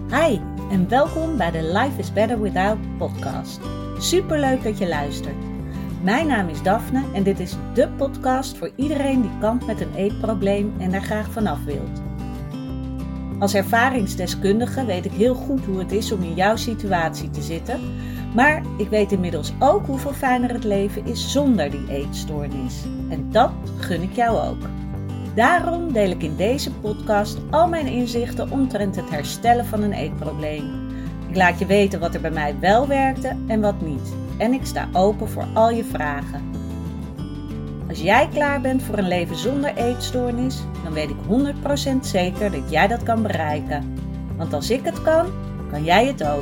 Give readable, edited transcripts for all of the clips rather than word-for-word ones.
Hi en welkom bij de Life is Better Without podcast. Superleuk dat je luistert. Mijn naam is Daphne en dit is dé podcast voor iedereen die kampt met een eetprobleem en daar graag vanaf wilt. Als ervaringsdeskundige weet ik heel goed hoe het is om in jouw situatie te zitten, maar ik weet inmiddels ook hoeveel fijner het leven is zonder die eetstoornis. En dat gun ik jou ook. Daarom deel ik in deze podcast al mijn inzichten omtrent het herstellen van een eetprobleem. Ik laat je weten wat er bij mij wel werkte en wat niet. En ik sta open voor al je vragen. Als jij klaar bent voor een leven zonder eetstoornis, dan weet ik 100% zeker dat jij dat kan bereiken. Want als ik het kan, kan jij het ook.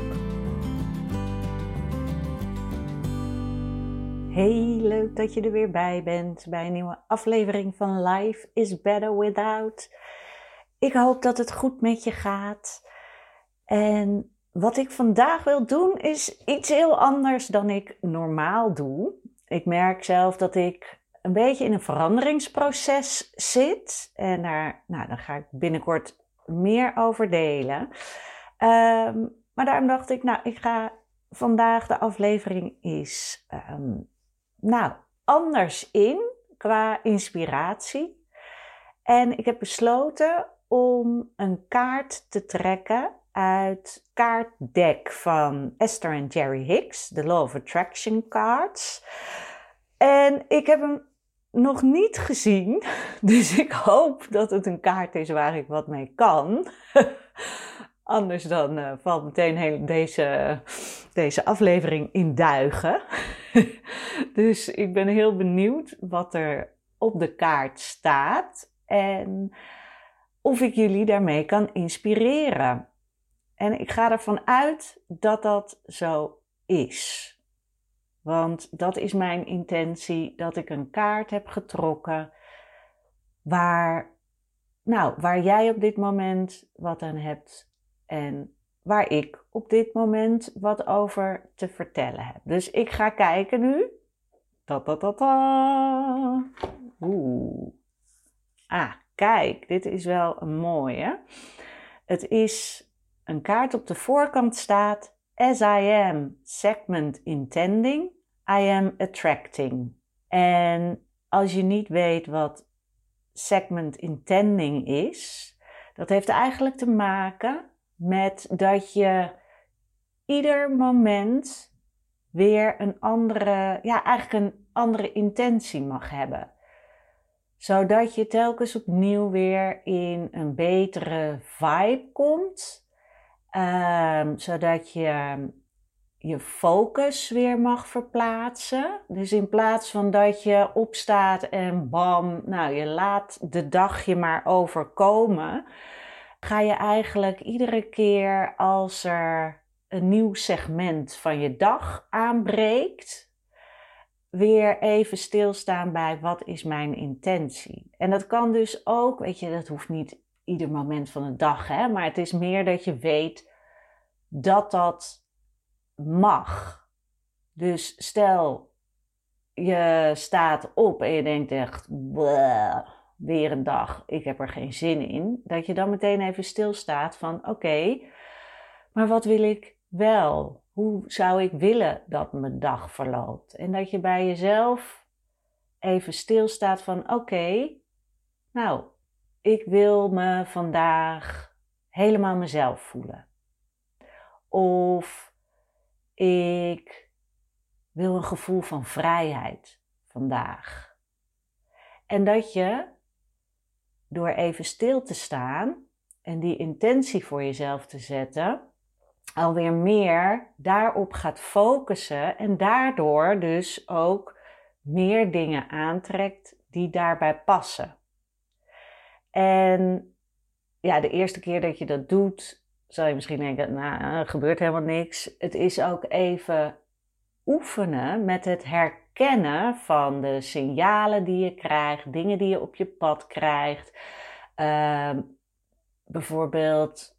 Hey, leuk dat je er weer bij bent bij een nieuwe aflevering van Life is Better Without. Ik hoop dat het goed met je gaat. En wat ik vandaag wil doen is iets heel anders dan ik normaal doe. Ik merk zelf dat ik een beetje in een veranderingsproces zit. En daar ga ik binnenkort meer over delen. Maar daarom dacht ik, ik ga vandaag de aflevering is anders in qua inspiratie. En ik heb besloten om een kaart te trekken uit het kaartdek van Esther en Jerry Hicks, de Law of Attraction cards. En ik heb hem nog niet gezien, dus ik hoop dat het een kaart is waar ik wat mee kan. Anders dan valt meteen deze aflevering in duigen. Dus ik ben heel benieuwd wat er op de kaart staat en of ik jullie daarmee kan inspireren. En ik ga ervan uit dat dat zo is. Want dat is mijn intentie, dat ik een kaart heb getrokken waar jij op dit moment wat aan hebt en waar ik op dit moment wat over te vertellen heb. Dus ik ga kijken nu. Kijk, dit is wel een mooie. Het is een kaart op de voorkant staat: As I am segment intending, I am attracting. En als je niet weet wat segment intending is, dat heeft eigenlijk te maken met dat je ieder moment weer een andere intentie mag hebben. Zodat je telkens opnieuw weer in een betere vibe komt. Zodat je je focus weer mag verplaatsen. Dus in plaats van dat je opstaat en bam, je laat de dag je maar overkomen, ga je eigenlijk iedere keer als er een nieuw segment van je dag aanbreekt, weer even stilstaan bij wat is mijn intentie. En dat kan dus ook, dat hoeft niet ieder moment van de dag, maar het is meer dat je weet dat dat mag. Dus stel, je staat op en je denkt echt, weer een dag, ik heb er geen zin in. Dat je dan meteen even stilstaat van oké, maar wat wil ik wel? Hoe zou ik willen dat mijn dag verloopt? En dat je bij jezelf even stilstaat van oké, ik wil me vandaag helemaal mezelf voelen. Of ik wil een gevoel van vrijheid vandaag. En dat je door even stil te staan en die intentie voor jezelf te zetten, alweer meer daarop gaat focussen en daardoor dus ook meer dingen aantrekt die daarbij passen. En de eerste keer dat je dat doet, zal je misschien denken, er gebeurt helemaal niks. Het is ook even oefenen met het herkennen van de signalen die je krijgt, dingen die je op je pad krijgt. Bijvoorbeeld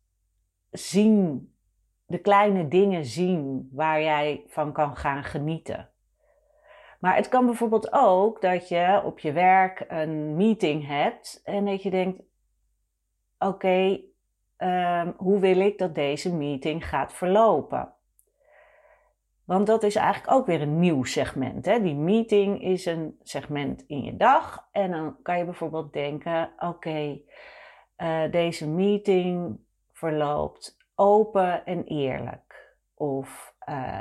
de kleine dingen zien waar jij van kan gaan genieten. Maar het kan bijvoorbeeld ook dat je op je werk een meeting hebt en dat je denkt, oké, hoe wil ik dat deze meeting gaat verlopen? Want dat is eigenlijk ook weer een nieuw segment. Hè? Die meeting is een segment in je dag. En dan kan je bijvoorbeeld denken, oké, deze meeting verloopt open en eerlijk. Of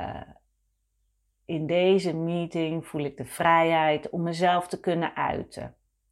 in deze meeting voel ik de vrijheid om mezelf te kunnen uiten.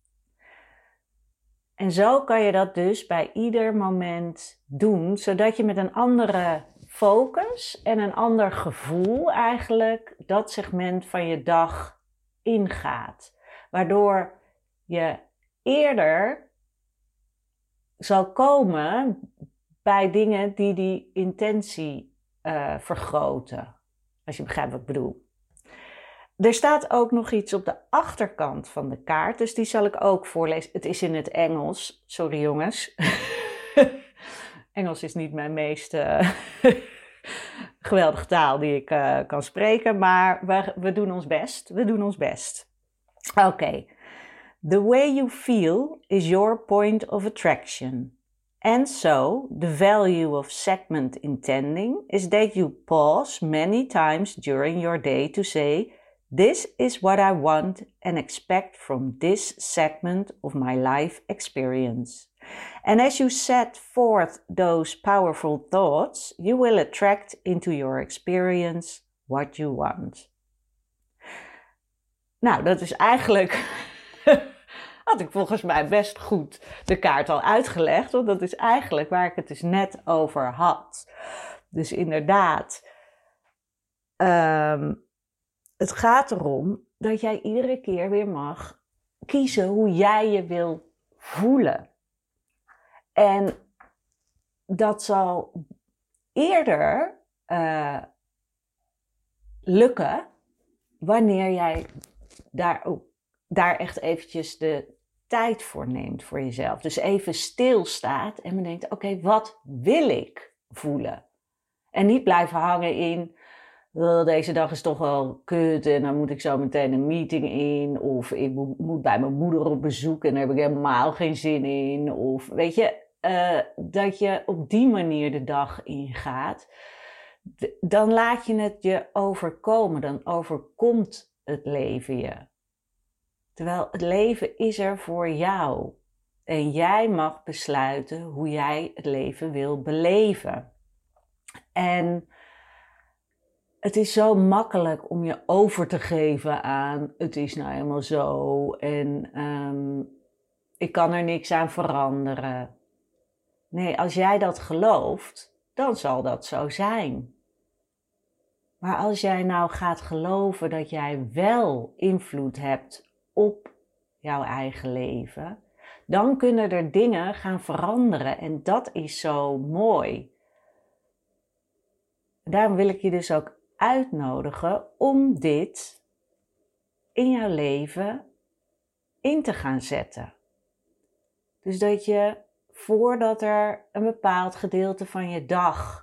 En zo kan je dat dus bij ieder moment doen, zodat je met een andere focus en een ander gevoel eigenlijk dat segment van je dag ingaat. Waardoor je eerder zal komen bij dingen die intentie vergroten. Als je begrijpt wat ik bedoel. Er staat ook nog iets op de achterkant van de kaart, dus die zal ik ook voorlezen. Het is in het Engels, sorry jongens. Engels is niet mijn meest geweldige taal die ik kan spreken, maar we doen ons best. We doen ons best. Oké. The way you feel is your point of attraction. And so, the value of segment intending is that you pause many times during your day to say, this is what I want and expect from this segment of my life experience. And as you set forth those powerful thoughts, you will attract into your experience what you want. Nou, dat is eigenlijk, had ik volgens mij best goed de kaart al uitgelegd, want dat is eigenlijk waar ik het dus net over had. Dus inderdaad, het gaat erom dat jij iedere keer weer mag kiezen hoe jij je wil voelen. En dat zal eerder lukken wanneer jij daar echt eventjes de tijd voor neemt voor jezelf. Dus even stilstaat en bedenkt, oké, wat wil ik voelen? En niet blijven hangen in, deze dag is toch wel kut en dan moet ik zo meteen een meeting in. Of ik moet bij mijn moeder op bezoek en daar heb ik helemaal geen zin in. Of weet je, dat je op die manier de dag ingaat. Dan laat je het je overkomen, dan overkomt het leven je. Terwijl het leven is er voor jou. En jij mag besluiten hoe jij het leven wil beleven. En het is zo makkelijk om je over te geven aan, het is nou helemaal zo en ik kan er niks aan veranderen. Nee, als jij dat gelooft, dan zal dat zo zijn. Maar als jij nou gaat geloven dat jij wel invloed hebt op jouw eigen leven, dan kunnen er dingen gaan veranderen en dat is zo mooi. Daarom wil ik je dus ook uitnodigen om dit in jouw leven in te gaan zetten. Dus dat je voordat er een bepaald gedeelte van je dag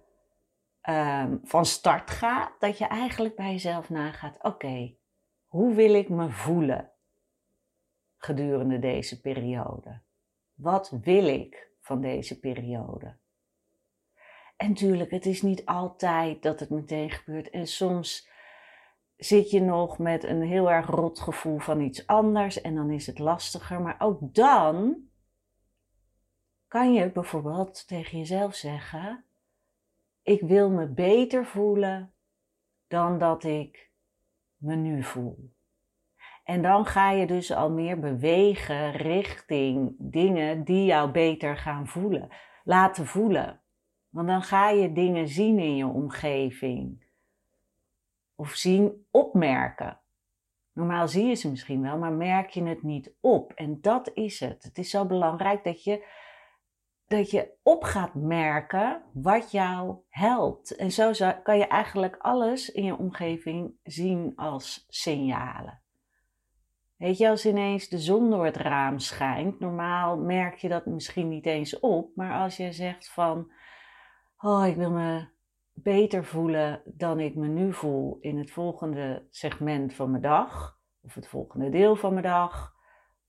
van start gaat, dat je eigenlijk bij jezelf nagaat, oké, hoe wil ik me voelen gedurende deze periode? Wat wil ik van deze periode? En natuurlijk, het is niet altijd dat het meteen gebeurt. En soms zit je nog met een heel erg rot gevoel van iets anders en dan is het lastiger. Maar ook dan kan je bijvoorbeeld tegen jezelf zeggen, ik wil me beter voelen dan dat ik me nu voel. En dan ga je dus al meer bewegen richting dingen die jou beter gaan voelen, laten voelen. Want dan ga je dingen zien in je omgeving. Of zien, opmerken. Normaal zie je ze misschien wel, maar merk je het niet op. En dat is het. Het is zo belangrijk dat je op gaat merken wat jou helpt. En zo kan je eigenlijk alles in je omgeving zien als signalen. Weet je, als ineens de zon door het raam schijnt, normaal merk je dat misschien niet eens op. Maar als je zegt van, oh, ik wil me beter voelen dan ik me nu voel in het volgende segment van mijn dag. Of het volgende deel van mijn dag.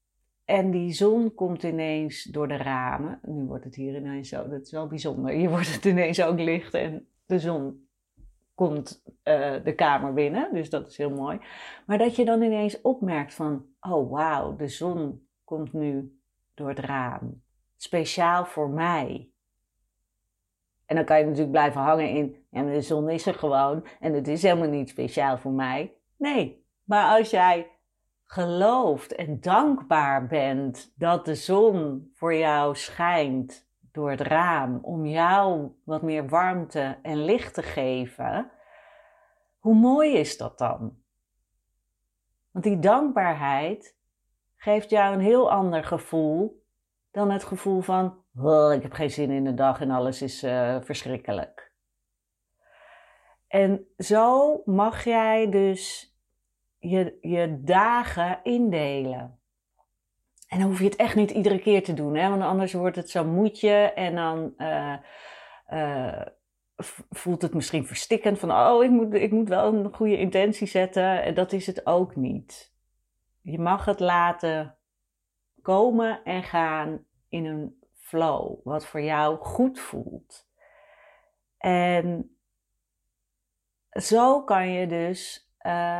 En die zon komt ineens door de ramen. Nu wordt het hier ineens zo, dat is wel bijzonder. Hier wordt het ineens ook licht en de zon komt de kamer binnen. Dus dat is heel mooi. Maar dat je dan ineens opmerkt van, oh wauw, de zon komt nu door het raam. Speciaal voor mij. En dan kan je natuurlijk blijven hangen in, ja, maar de zon is er gewoon en het is helemaal niet speciaal voor mij. Nee, maar als jij gelooft en dankbaar bent dat de zon voor jou schijnt door het raam om jou wat meer warmte en licht te geven, hoe mooi is dat dan? Want die dankbaarheid geeft jou een heel ander gevoel dan het gevoel van, oh, ik heb geen zin in de dag en alles is verschrikkelijk. En zo mag jij dus je dagen indelen. En dan hoef je het echt niet iedere keer te doen, hè? Want anders wordt het zo'n moedje en dan voelt het misschien verstikkend van, oh, ik moet wel een goede intentie zetten. En dat is het ook niet. Je mag het laten komen en gaan in een flow, wat voor jou goed voelt. En zo kan je dus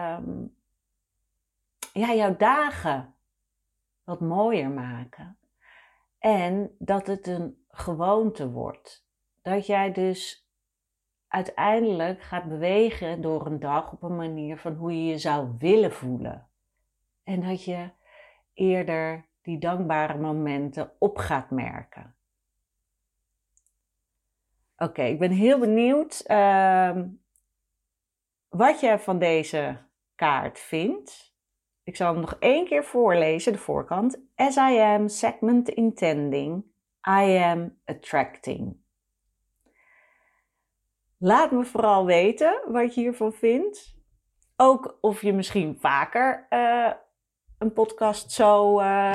jouw dagen wat mooier maken. En dat het een gewoonte wordt. Dat jij dus uiteindelijk gaat bewegen door een dag op een manier van hoe je je zou willen voelen. En dat je eerder die dankbare momenten op gaat merken. Oké, ik ben heel benieuwd wat je van deze kaart vindt. Ik zal hem nog 1 keer voorlezen, de voorkant. As I am, segment intending, I am attracting. Laat me vooral weten wat je hiervan vindt. Ook of je misschien vaker een podcast zo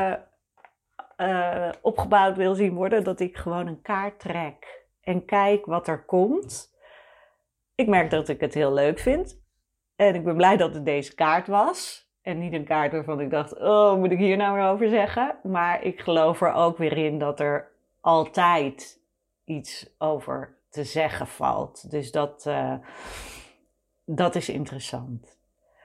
opgebouwd wil zien worden. Dat ik gewoon een kaart trek en kijk wat er komt. Ik merk dat ik het heel leuk vind. En ik ben blij dat het deze kaart was. En niet een kaart waarvan ik dacht, oh, moet ik hier nou weer over zeggen? Maar ik geloof er ook weer in dat er altijd iets over te zeggen valt. Dus dat is interessant.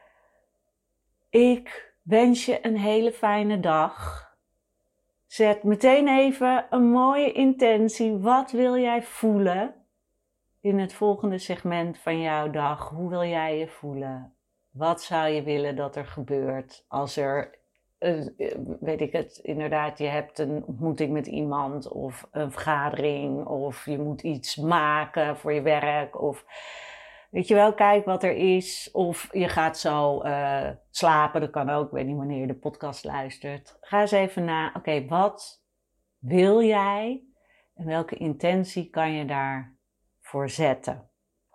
Ik wens je een hele fijne dag. Zet meteen even een mooie intentie. Wat wil jij voelen in het volgende segment van jouw dag? Hoe wil jij je voelen? Wat zou je willen dat er gebeurt als er, weet ik het, inderdaad, je hebt een ontmoeting met iemand of een vergadering of je moet iets maken voor je werk of weet je wel, kijk wat er is of je gaat zo slapen, dat kan ook, ik weet niet wanneer je de podcast luistert. Ga eens even na, oké, wat wil jij en welke intentie kan je daarvoor zetten?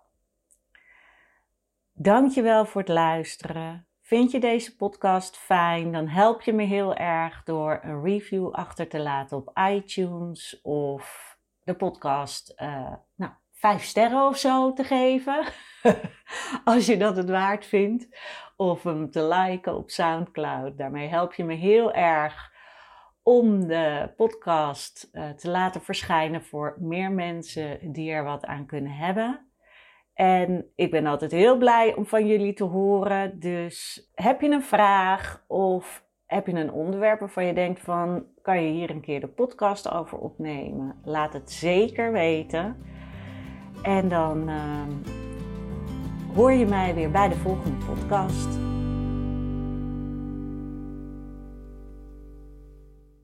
Dankjewel voor het luisteren. Vind je deze podcast fijn? Dan help je me heel erg door een review achter te laten op iTunes of de podcast 5 sterren of zo te geven. Als je dat het waard vindt. Of hem te liken op Soundcloud. Daarmee help je me heel erg om de podcast te laten verschijnen voor meer mensen die er wat aan kunnen hebben. En ik ben altijd heel blij om van jullie te horen. Dus heb je een vraag of heb je een onderwerp waarvan je denkt van, kan je hier een keer de podcast over opnemen? Laat het zeker weten. En dan hoor je mij weer bij de volgende podcast.